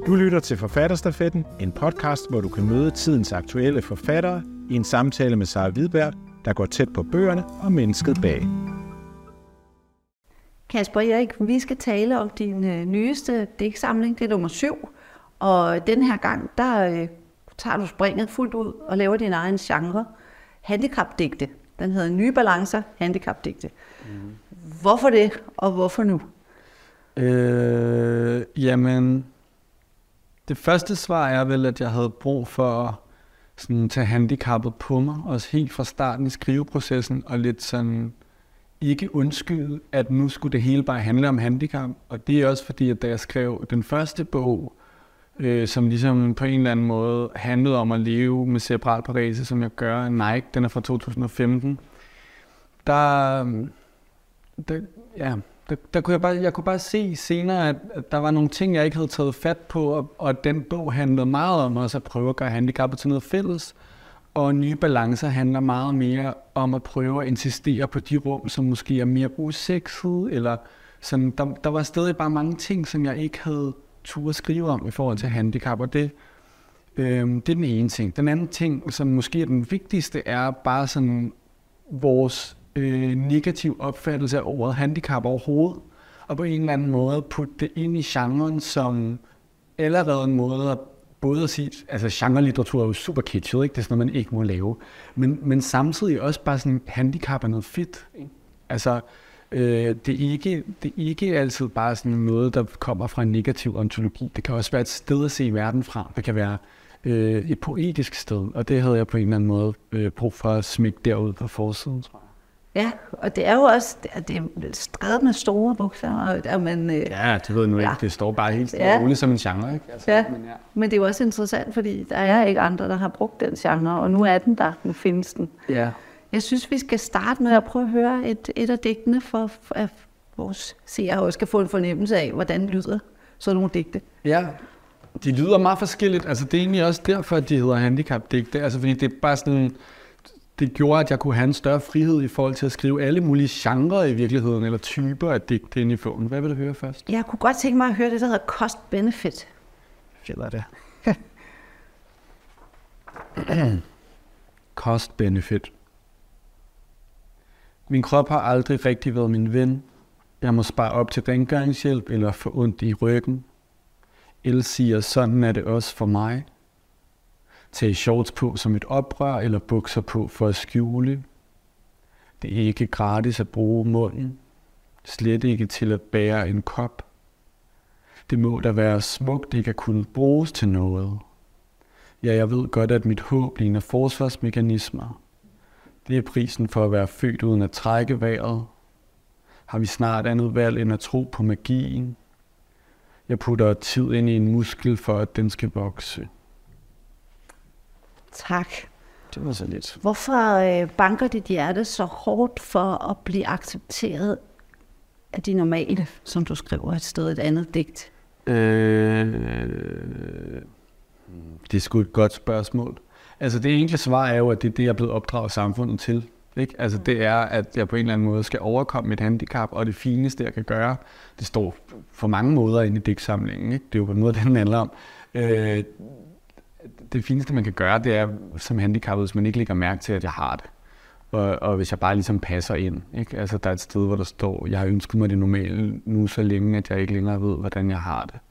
Du lytter til Forfatterstafetten, en podcast, hvor du kan møde tidens aktuelle forfattere i en samtale med Sara Hvidberg, der går tæt på bøgerne og mennesket bag. Kasper Erik, vi skal tale om din nyeste digtsamling, det er nummer 7. Og den her gang, der tager du springet fuldt ud og laver din egen genre. Handicapdigte. Den hedder Nye Balancer, handicapdigte. Hvorfor det, og hvorfor nu? Jamen, det første svar er vel, at jeg havde brug for at sådan, tage handicappet på mig, også helt fra starten i skriveprocessen, og lidt sådan ikke undskylde, at nu skulle det hele bare handle om handicap. Og det er også fordi, at da jeg skrev den første bog, som ligesom på en eller anden måde handlede om at leve med cerebral parese, som jeg gør, Nike, den er fra 2015, jeg kunne bare se senere, at der var nogle ting, jeg ikke havde taget fat på, og at den bog handlede meget om også at prøve at gøre handicappet til noget fælles. Og Nye Balancer handler meget mere om at prøve at insistere på de rum, som måske er mere usexede, eller sådan, der var stadig bare mange ting, som jeg ikke havde turde skrive om i forhold til handicap, og det er den ene ting. Den anden ting, som måske er den vigtigste, er bare sådan vores negativ opfattelse af ordet handicap overhovedet, og på en eller anden måde putte det ind i genren som allerede en måde at både at sige, altså genre-litteratur er jo super kitschet, ikke? Det er sådan noget, man ikke må lave, men samtidig også bare sådan, handicap er noget fedt, ikke? Altså, det er ikke altid bare sådan noget, der kommer fra en negativ ontologi. Det kan også være et sted at se verden fra. Det kan være et poetisk sted, og det havde jeg på en eller anden måde brug for at smække derud på forsiden, tror jeg. Ja, og det er jo også, det er skrevet med store bogstaver. Ja, det ved jeg nu ikke. Det står bare helt roligt som en genre, ikke? Altså, men det er jo også interessant, fordi der er ikke andre, der har brugt den genre, og nu er den der, nu findes den. Ja. Jeg synes, vi skal starte med at prøve at høre et af digtene, for at vores seere også skal få en fornemmelse af, hvordan lyder sådan nogle digte. Ja, de lyder meget forskelligt. Altså, det er egentlig også derfor, at de hedder handicapdigte. Altså, fordi det er bare sådan, det gjorde, at jeg kunne have en større frihed i forhold til at skrive alle mulige genrer i virkeligheden, eller typer af digte ind i bogen. Hvad vil du høre først? Jeg kunne godt tænke mig at høre det, der hedder cost-benefit. Fedt er det. Cost-benefit. Min krop har aldrig rigtig været min ven. Jeg må spare op til rengøringshjælp eller få ondt i ryggen. El siger, sådan er det også for mig. Tag shorts på som et oprør eller bukser på for at skjule. Det er ikke gratis at bruge munden. Slet ikke til at bære en kop. Det må da være smukt, det kan kunne bruges til noget. Ja, jeg ved godt, at mit håb ligner forsvarsmekanismer. Det er prisen for at være født uden at trække vejret. Har vi snart andet valg end at tro på magien? Jeg putter tid ind i en muskel for, at den skal vokse. Tak. Det var så lidt. Hvorfor banker dit hjerte så hårdt for at blive accepteret af de normale, som du skriver et sted, et andet digt? Det er sgu et godt spørgsmål. Altså det enkle svar er jo, at det er det, jeg er blevet opdraget samfundet til. Ikke? Altså det er, at jeg på en eller anden måde skal overkomme mit handicap, og det fineste, jeg kan gøre, det står for mange måder inde i digtsamlingen. Ikke? Det er jo på en måde, den handler om. Det fineste, man kan gøre, det er som handicappet, hvis man ikke lægger mærke til, at jeg har det. Og hvis jeg bare ligesom passer ind. Ikke? Altså der er et sted, hvor der står, jeg har ønsket mig det normale nu så længe, at jeg ikke længere ved, hvordan jeg har det.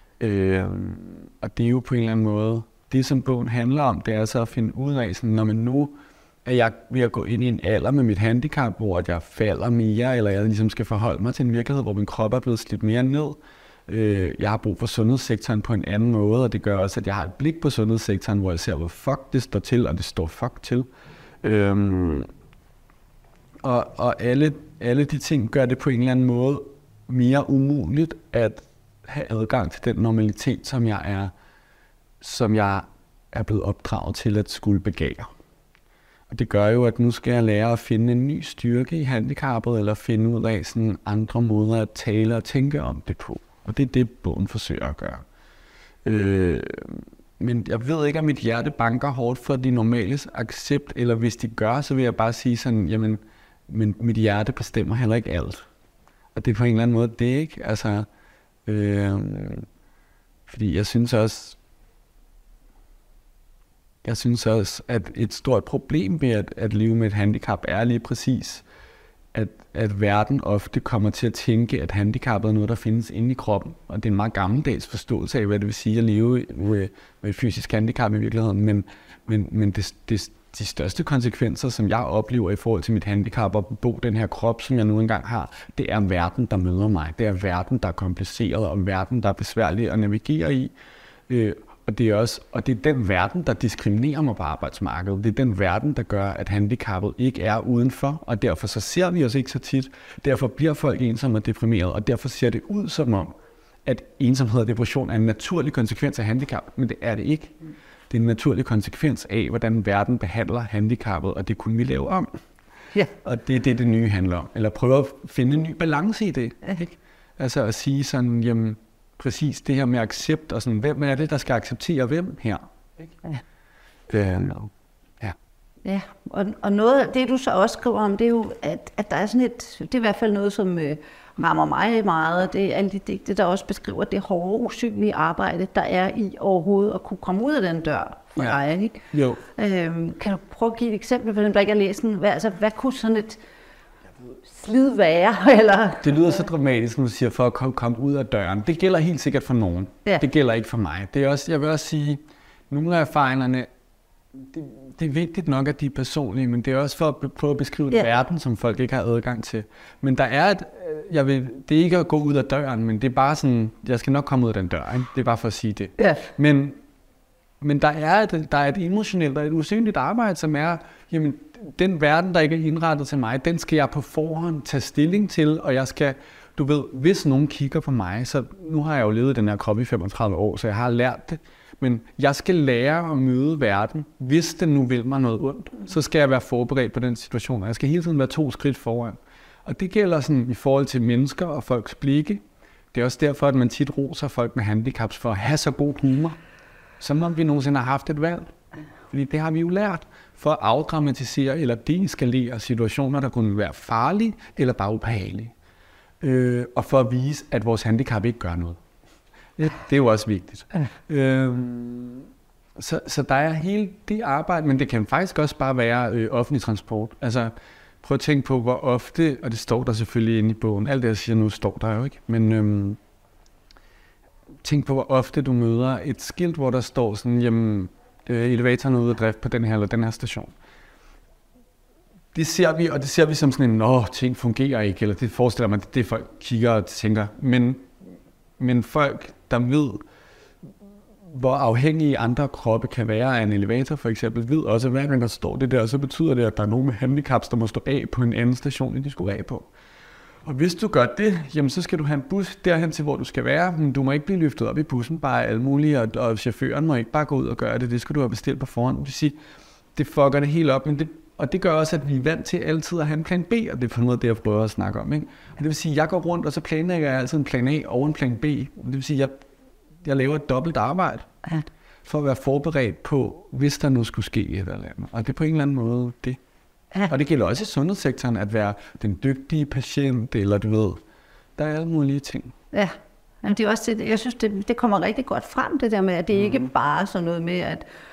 Og det er jo på en eller anden måde, det som bogen handler om, det er så at finde ud af, sådan, når man nu er jeg ved at gå ind i en alder med mit handicap, hvor jeg falder mere, eller jeg ligesom skal forholde mig til en virkelighed, hvor min krop er blevet slidt mere ned. Jeg har brug for sundhedssektoren på en anden måde, og det gør også, at jeg har et blik på sundhedssektoren, hvor jeg ser, hvor fuck det står til, og det står fuck til. Og alle de ting gør det på en eller anden måde mere umuligt at have adgang til den normalitet, som jeg er blevet opdraget til at skulle begære. Og det gør jo, at nu skal jeg lære at finde en ny styrke i handicappet, eller finde ud af sådan andre måder at tale og tænke om det på. Og det er det, bogen forsøger at gøre. Men jeg ved ikke, om mit hjerte banker hårdt for de normales accept, eller hvis de gør, så vil jeg bare sige sådan, jamen, men mit hjerte bestemmer heller ikke alt. Og det er på en eller anden måde det, ikke? Altså, Fordi jeg synes også, at et stort problem ved at leve med et handicap er lige præcis, at verden ofte kommer til at tænke, at handicap er noget, der findes inde i kroppen. Og det er en meget gammeldags forståelse af, hvad det vil sige at leve med et fysisk handicap i virkeligheden. Men de største konsekvenser, som jeg oplever i forhold til mit handicap og bo den her krop, som jeg nu engang har, det er verden, der møder mig. Det er verden, der er kompliceret, og verden, der er besværlig at navigere i. Og det er den verden, der diskriminerer mig på arbejdsmarkedet. Det er den verden, der gør, at handicappet ikke er udenfor, og derfor så ser vi os ikke så tit. Derfor bliver folk ensomme og deprimeret, og derfor ser det ud som om, at ensomhed og depression er en naturlig konsekvens af handicap, men det er det ikke. Det er en naturlig konsekvens af, hvordan verden behandler handicappet, og det kunne vi lave om. Ja. Og det er det nye handler om. Eller prøve at finde en ny balance i det. Ikke? Altså at sige sådan, jamen, præcis det her med accept, og sådan, hvem er det, der skal acceptere hvem her? Ikke? Ja. Ja, og noget af det, du så også skriver om, det er jo, at der er sådan det er i hvert fald noget, som rammer mig meget. Det er alle de digte, der også beskriver det hårde, usynlige arbejde, der er i overhovedet at kunne komme ud af den dør for dig, ikke? Jo. Kan du prøve at give et eksempel på den, der ikke har læst den? Hvad kunne sådan et slid være? Eller? Det lyder så dramatisk, når du siger, for at komme ud af døren. Det gælder helt sikkert for nogen. Ja. Det gælder ikke for mig. Det er også, jeg vil også sige, nogle af erfaringerne, det er vigtigt nok, at de er personlige, men det er også for at prøve at beskrive en verden, som folk ikke har adgang til. Men der er det er ikke at gå ud af døren, men det er bare sådan, jeg skal nok komme ud af den dør, ikke? Det er bare for at sige det. Ja. Men der er et emotionelt og et usynligt arbejde, som er, jamen, den verden, der ikke er indrettet til mig, den skal jeg på forhånd tage stilling til, og jeg skal, du ved, hvis nogen kigger på mig, så nu har jeg jo levet den her krop i 35 år, så jeg har lært det, men jeg skal lære at møde verden, hvis den nu vil mig noget ondt, så skal jeg være forberedt på den situation, og jeg skal hele tiden være 2 skridt foran. Og det gælder sådan i forhold til mennesker og folks blikke. Det er også derfor, at man tit roser folk med handicaps for at have så god humor, som om vi nogensinde har haft et valg. Fordi det har vi jo lært for at afdramatisere eller deeskalere situationer, der kunne være farlige eller bare ubehagelige. Og for at vise, at vores handicap ikke gør noget. Det er jo også vigtigt. Så der er hele det arbejde, men det kan faktisk også bare være offentlig transport. Altså prøv at tænke på, hvor ofte, og det står der selvfølgelig inde i bogen, alt det jeg siger nu står der jo ikke, men tænk på, hvor ofte du møder et skilt, hvor der står sådan, jamen, elevatoren er ude af drift på den her eller den her station. Det ser vi, og det ser vi som sådan en, ting fungerer ikke, eller det forestiller man, det folk kigger og tænker. Men folk, der ved, hvor afhængige andre kroppe kan være af en elevator for eksempel, ved også, at hver gang der står det der, så betyder det, at der er nogen med handicaps, der må stå af på en anden station, end de skulle af på. Og hvis du gør det, jamen så skal du have en bus derhen til, hvor du skal være, men du må ikke blive løftet op i bussen bare alle mulige, og chaufføren må ikke bare gå ud og gøre det, det skal du have bestilt på forhånd. Det vil sige, det fucker det helt op, og det gør også, at vi er vant til altid at have en plan B, og det er for noget af det, jeg prøver at snakke om. Ikke? Og det vil sige, at jeg går rundt, og så planlægger jeg altid en plan A og en plan B. Det vil sige, at jeg laver et dobbelt arbejde, for at være forberedt på, hvis der nu skulle ske et eller andet. Og det er på en eller anden måde det. Og det gælder også i sundhedssektoren, at være den dygtige patient, eller du ved, der er alle mulige ting. Ja, men det er også det, jeg synes, det kommer rigtig godt frem, det der med, at det ikke bare sådan noget med,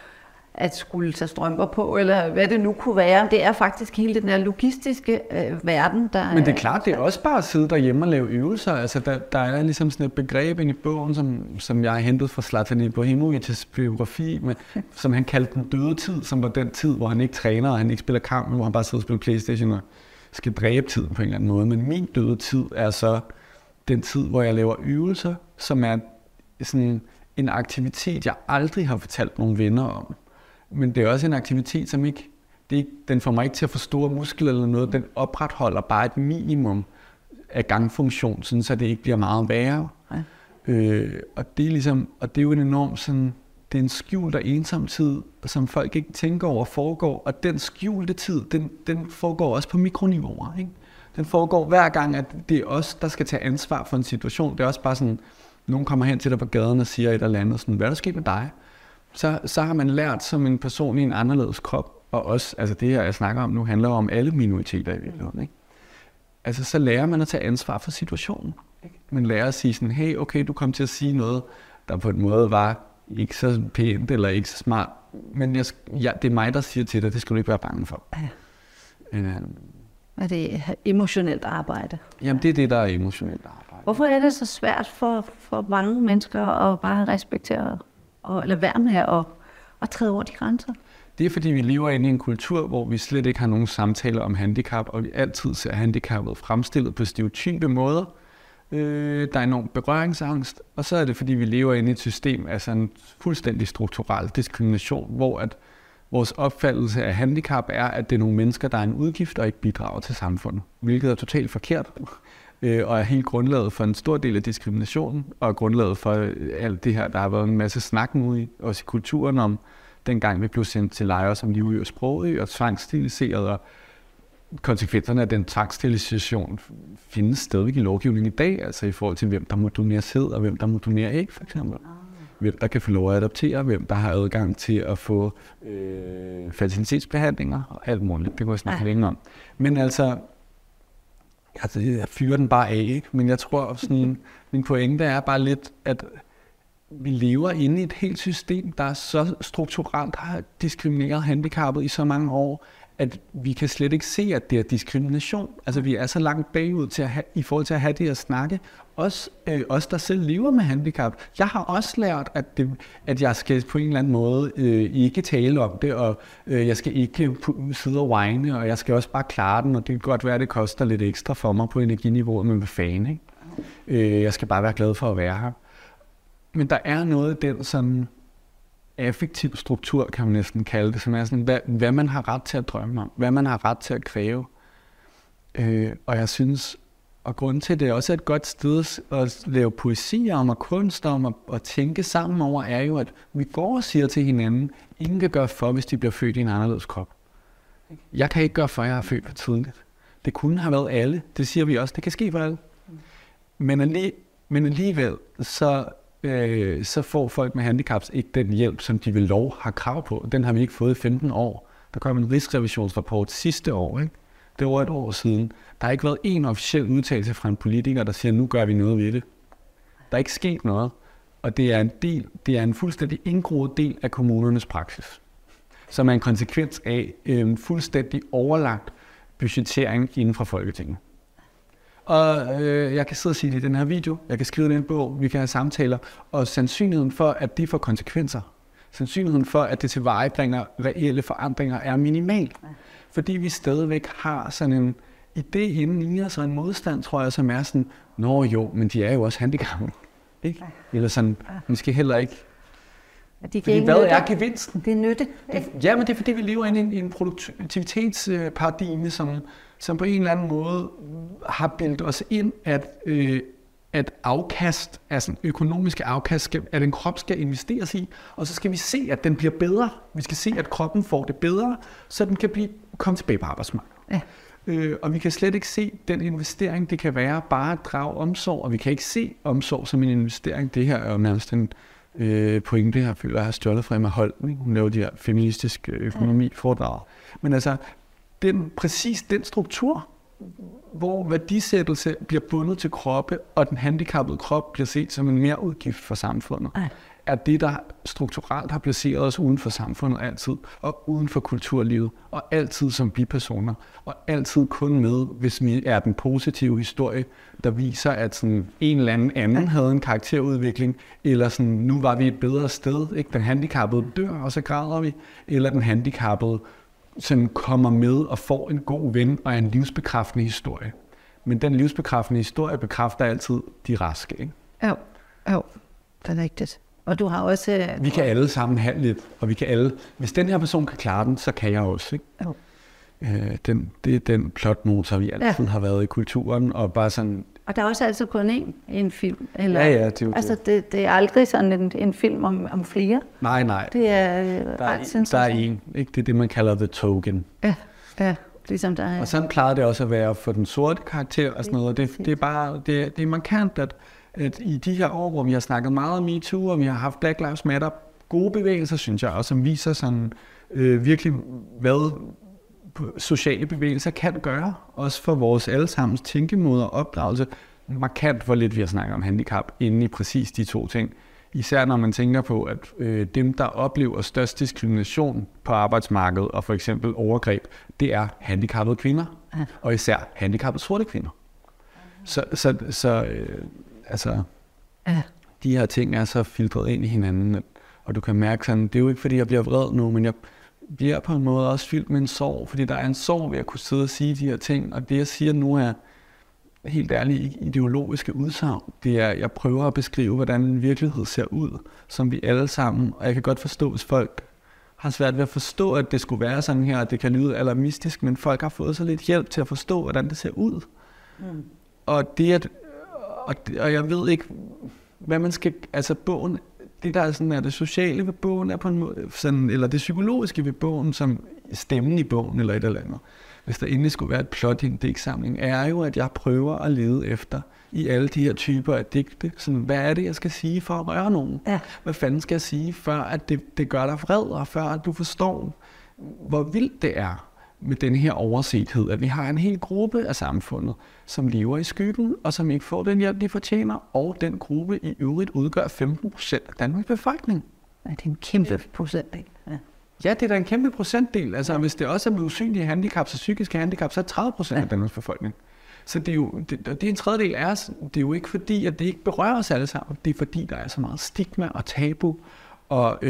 at skulle tage strømper på, eller hvad det nu kunne være. Det er faktisk hele den der logistiske verden, der... Men det er klart, det er også bare at sidde derhjemme og lave øvelser. Altså, der er ligesom sådan et begreb inde i bogen, som jeg har hentet fra Zlatan Ibrahimovic's biografi, som han kaldte den døde tid, som var den tid, hvor han ikke træner, og han ikke spiller kamp, hvor han bare sidder og spiller PlayStation og skal dræbe tiden på en eller anden måde. Men min døde tid er så den tid, hvor jeg laver øvelser, som er sådan en aktivitet, jeg aldrig har fortalt nogle venner om. Men det er også en aktivitet, som ikke, den får mig ikke til at få store muskler eller noget. Den opretholder bare et minimum af gangfunktion, sådan, så det ikke bliver meget værre. Ja. Og det er ligesom, og det er jo en enorm sådan, det er en skjult og ensom tid, som folk ikke tænker over foregår. Og den skjulte tid, den foregår også på mikroniveauer. Ikke? Den foregår hver gang, at det er os, der skal tage ansvar for en situation. Det er også bare sådan, nogen kommer hen til dig på gaden og siger et eller andet, sådan, hvad er der sket med dig? Så har man lært som en person i en anderledes krop, og også, altså det her, jeg snakker om nu, handler om alle minoriteter i virkeligheden, ikke? Altså så lærer man at tage ansvar for situationen, ikke? Man lærer at sige sådan, hey, okay, du kom til at sige noget der på en måde var ikke så pænt eller ikke så smart. Men det er mig, der siger til dig, det skal du ikke være bange for. Er det emotionelt arbejde? Jamen, det er det, der er emotionelt arbejde. Hvorfor er det så svært for mange mennesker at bare respektere og lade være med at træde over de grænser? Det er, fordi vi lever inde i en kultur, hvor vi slet ikke har nogen samtaler om handicap, og vi altid ser handicappet fremstillet på stereotype måder. Der er enormt berøringsangst, og så er det, fordi vi lever inde i et system af sådan en fuldstændig strukturel diskrimination, hvor at vores opfattelse af handicap er, at det er nogle mennesker, der er en udgift og ikke bidrager til samfundet, hvilket er totalt forkert, og er helt grundlaget for en stor del af diskriminationen, og grundlaget for alt det her, der har været en masse snak nu i, også i kulturen om, dengang vi blev sendt til lejre som Livø og Sprogø og tvangsstiliseret, og konsekvenserne af den tvangsstilisation findes stadig i lovgivningen i dag, altså i forhold til hvem der må donere sæd og hvem der må donere æg, for eksempel. Hvem der kan få lov at adoptere, hvem der har adgang til at få fertilitetsbehandlinger og alt muligt. Det kunne jeg snakke længe om. Men altså, jeg fyrer den bare af, ikke? Men jeg tror, sådan, min pointe er bare lidt, at vi lever inde i et helt system, der er så strukturelt har diskrimineret handicappet i så mange år, at vi kan slet ikke se, at det er diskrimination. Altså, vi er så langt bagud til at i forhold til at have det at snakke. Os, der selv lever med handicap. Jeg har også lært, at jeg skal på en eller anden måde ikke tale om det, og jeg skal ikke sidde og whine, og jeg skal også bare klare den, og det kan godt være, at det koster lidt ekstra for mig på energiniveauet, men hvad fanden, ikke? Jeg skal bare være glad for at være her. Men der er noget af den sådan affektiv struktur, kan man næsten kalde det, som er sådan, hvad man har ret til at drømme om, hvad man har ret til at kræve. Og jeg synes, og grunden til det også er et godt sted at lave poesi om og kunst om at tænke sammen over, er jo, at vi går og siger til hinanden, ingen kan gøre for, hvis de bliver født i en anderledes krop. Jeg kan ikke gøre for, at jeg er født for tidligt. Det kunne have været alle, det siger vi også, det kan ske for alle. Men alligevel, så får folk med handicaps ikke den hjælp, som de ved lov har krav på. Den har vi ikke fået i 15 år. Der kom en rigsrevisionsrapport sidste år, ikke? Det var et år siden. Der har ikke været en officiel udtalelse fra en politiker, der siger, nu gør vi noget ved det. Der er ikke sket noget, og det er en fuldstændig indgroet del af kommunernes praksis, som er en konsekvens af en fuldstændig overlagt budgettering inden for Folketinget. Og jeg kan sidde og sige det i den her video, jeg kan skrive det i en bog, vi kan have samtaler, og sandsynligheden for, at det får konsekvenser, sandsynligheden for, at det tilvejebringer reelle forandringer, er minimal. Fordi vi stadigvæk har sådan en idé inden i os, og en modstand, tror jeg, som er sådan, nå jo, men de er jo også handicappede, ikke? Eller sådan, måske heller ikke. Fordi hvad er gevinsten? Det er nytte. Ja, men det er fordi, vi lever inde i en produktivitetsparadigme, som på en eller anden måde har bildet os ind, at afkast, altså økonomiske afkast, at en krop skal investeres i, og så skal vi se, at den bliver bedre. Vi skal se, at kroppen får det bedre, så den kan komme tilbage på arbejdsmarkedet. Ja. Og vi kan slet ikke se den investering, det kan være bare at drage omsorg, og vi kan ikke se omsorg som en investering. Det her er jo nærmest en pointe, jeg føler, jeg har stjålet fra Emma Holten. Hun laver de her feministiske økonomiforedrag. Men altså, præcis den struktur, hvor værdisættelse bliver bundet til kroppe, og den handicappede krop bliver set som en mere udgift for samfundet, er det, der strukturelt har placeret os uden for samfundet altid, og uden for kulturlivet, og altid som bipersoner, og altid kun med, hvis vi er den positive historie, der viser, at sådan en eller anden havde en karakterudvikling, eller sådan, nu var vi et bedre sted, ikke? Den handicappede dør, og så græder vi, eller den handicappede som kommer med og får en god ven og en livsbekræftende historie. Men den livsbekræftende historie bekræfter altid de raske, ikke? Jo, det er rigtigt. Og du har også... Vi kan alle sammen have lidt, og vi kan alle... Hvis den her person kan klare den, så kan jeg også, ikke? Jo. Det er den plotmotor, vi altid har været i kulturen, og bare sådan... Og der er også altid kun en film. Eller, ja, det er jo altså, det er aldrig sådan en film om flere. Nej. Det er der er en, ikke? Det er det, man kalder the token. Ja, ligesom der er. Og sådan plejede det også at være for den sorte karakter og sådan noget. Det er bare, det er markant, at i de her år, hvor vi har snakket meget om MeToo, og vi har haft Black Lives Matter, gode bevægelser, synes jeg, og som viser sådan virkelig, hvad sociale bevægelser kan gøre, også for vores allesammens tænkemåde og opdragelse, markant hvor lidt vi har snakket om handicap inde i præcis de to ting. især når man tænker på, at dem, der oplever størst diskrimination på arbejdsmarkedet, og for eksempel overgreb, det er handicappede kvinder, og især handicappede sorte kvinder. Så de her ting er så filtreret ind i hinanden, og du kan mærke sådan, det er jo ikke fordi, jeg bliver vred nu, men jeg bliver på en måde også fyldt med en sorg, fordi der er en sorg ved at kunne sidde og sige de her ting, og det jeg siger nu er helt ærligt ideologiske udsagn. Det er, jeg prøver at beskrive, hvordan en virkelighed ser ud, som vi alle sammen, og jeg kan godt forstå, hvis folk har svært ved at forstå, at det skulle være sådan her, at det kan lyde alarmistisk, men folk har fået så lidt hjælp til at forstå, hvordan det ser ud. Og jeg ved ikke, hvad man skal, altså bogen, det der er sådan, at det sociale ved bogen er på en måde, sådan, eller det psykologiske ved bogen, som stemmen i bogen eller et eller andet, hvis der endelig skulle være et plot i en digtsamling, er jo, at jeg prøver at lede efter i alle de her typer af digte. Sådan, hvad er det, jeg skal sige for at røre nogen? Ja. Hvad fanden skal jeg sige, før at det gør dig vred, og før at du forstår, hvor vildt det er med den her oversethed, at vi har en hel gruppe af samfundet, som lever i skyggen, og som ikke får den hjælp, de fortjener, og den gruppe i øvrigt udgør 15% af Danmarks befolkning. Ja, det er en kæmpe procentdel. Ja, det er da en kæmpe procentdel. Altså, hvis det også er med usynlige handicap, så psykiske handicap, så er 30% af Danmarks befolkning. Så det er jo, det er en tredjedel af os. Det er jo ikke fordi, at det ikke berører os alle sammen. Det er fordi, der er så meget stigma og tabu, og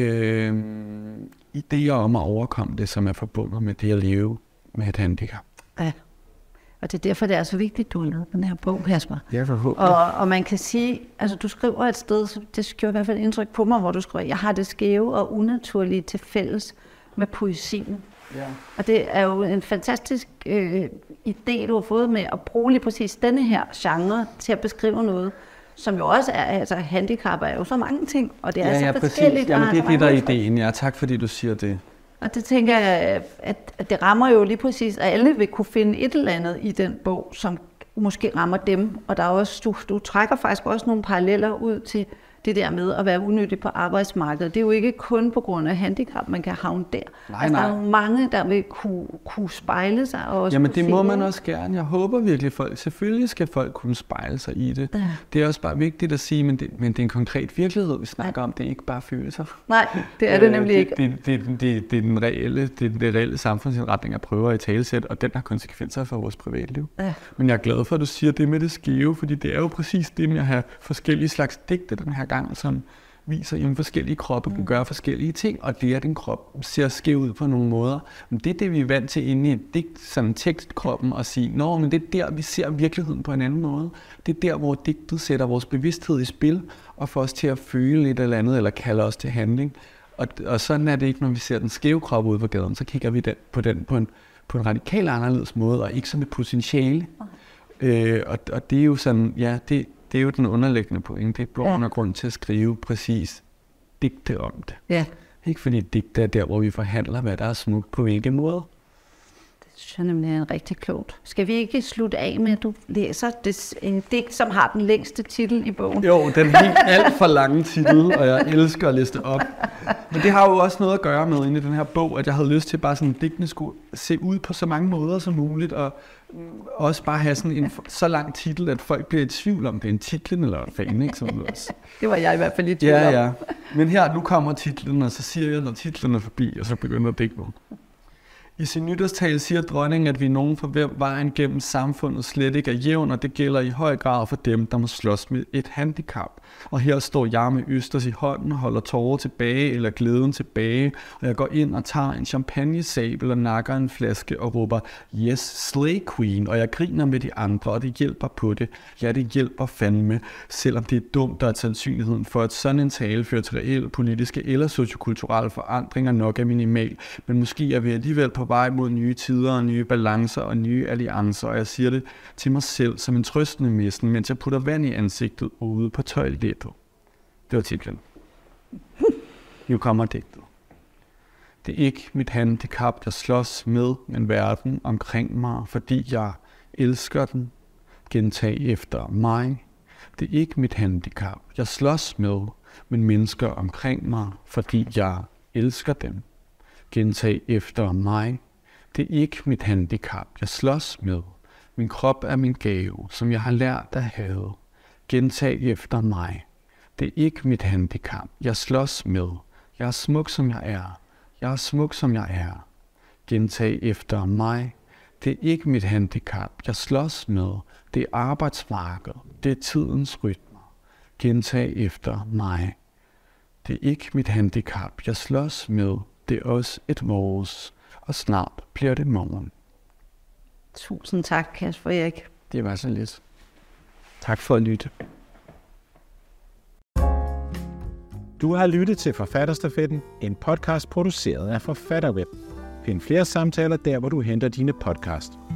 idéer om at overkomme det, som er forbundet med det at leve med et handicap. Ja, og det er derfor, det er så vigtigt, du har lavet den her bog, Kasper. Ja, forhåbentlig. Og man kan sige, altså du skriver et sted, så det gjorde i hvert fald indtryk på mig, hvor du skriver, jeg har det skæve og unaturlige til fælles med poesien. Ja. Og det er jo en fantastisk idé, du har fået med at bruge lige præcis denne her genre til at beskrive noget, som jo også er, altså handicap er jo så mange ting, og det er så forskelligt. Jamen det er det, der er ideen. Ja, tak fordi du siger det. Og det tænker jeg, at det rammer jo lige præcis, at alle vil kunne finde et eller andet i den bog, som måske rammer dem. Og der er også, du trækker faktisk også nogle paralleller ud til det der med at være unyttig på arbejdsmarkedet. Det er jo ikke kun på grund af handicap, man kan havne der. Der er jo mange, der vil kunne spejle sig. Og også jamen det må man også gerne. Jeg håber virkelig, selvfølgelig skal folk kunne spejle sig i det. Ja. Det er også bare vigtigt at sige, men det er en konkret virkelighed, vi snakker om. Det er ikke bare følelser. Nej, det er det nemlig ikke. Det er den reelle samfundsindretning, jeg prøver at talesætte, og den har konsekvenser for vores privatliv. Ja. Men jeg er glad for, at du siger det med det skæve, fordi det er jo præcis det, jeg har forskellige slags digte den her gang, som viser, at forskellige kroppe kan gøre forskellige ting, og det, at en krop ser skæv ud på nogle måder. Men det er det, vi er vant til inde i et digt, sådan tekstkroppen, og sige, men det er der, vi ser virkeligheden på en anden måde. Det er der, hvor digtet sætter vores bevidsthed i spil, og får os til at føle et eller andet, eller kalder os til handling. Og sådan er det ikke, når vi ser den skæve krop ude på gaden, så kigger vi på den på en radikalt anderledes måde, og ikke som et potentiale. Og det er jo sådan, ja, det er jo den underliggende pointe. Det er bogen og grund til at skrive præcis digte om det. Ja. Ikke fordi digte er der, hvor vi forhandler, hvad der er smukt på hvilken måde. Det synes jeg nemlig er rigtig klogt. Skal vi ikke slutte af med, at du læser en digt, som har den længste titel i bogen? Jo, den er alt for lange titel, og jeg elsker at læse det op. Men det har jo også noget at gøre med inde i den her bog, at jeg havde lyst til bare sådan, at digtene skulle se ud på så mange måder som muligt, og også bare have sådan en så lang titel, at folk bliver i tvivl om, det er en titlen eller en fan, ikke? Det var jeg i hvert fald i tvivl om. Ja. Men her, nu kommer titlen, og så siger jeg, når titlen er forbi, og så begynder at digte nogen. I sin nytårstale siger dronningen, at vi nogen for hvem vejen gennem samfundet slet ikke er jævn, og det gælder i høj grad for dem, der må slås med et handicap. Og her står jeg med østers i hånden, holder tårer tilbage eller glæden tilbage, og jeg går ind og tager en champagnesabel og nakker en flaske og råber, yes, slay queen, og jeg griner med de andre, og det hjælper på det. Ja, det hjælper fandme, selvom det er dumt, at sandsynligheden for, at sådan en tale fører til reelle politiske eller sociokulturelle forandringer nok er minimal, men måske er vi alligevel på vej mod nye tider og nye balancer og nye alliancer, og jeg siger det til mig selv som en trøstende messen, mens jeg putter vand i ansigtet ude på toilettet. Det var titlen. Nu kommer digtet. Det er ikke mit handicap, jeg slås med, men verden omkring mig, fordi jeg elsker den. Gentag efter mig. Det er ikke mit handicap, jeg slås med, men mennesker omkring mig, fordi jeg elsker dem. Gentag efter mig. Det er ikke mit handicap, jeg slås med. Min krop er min gave, som jeg har lært at have. Gentag efter mig. Det er ikke mit handicap, jeg slås med. Jeg er smuk, som jeg er. Jeg er smuk, som jeg er. Gentag efter mig. Det er ikke mit handicap, jeg slås med. Det er arbejdsmarkedet. Det er tidens rytmer. Gentag efter mig. Det er ikke mit handicap, jeg slås med. Det er også et vores. Og snart bliver det morgen. Tusind tak, Kasper Erik. Det var så lidt. Tak for at lytte. Du har lyttet til Forfatterstafetten, en podcast produceret af Forfatterweb. Find flere samtaler der, hvor du henter dine podcast.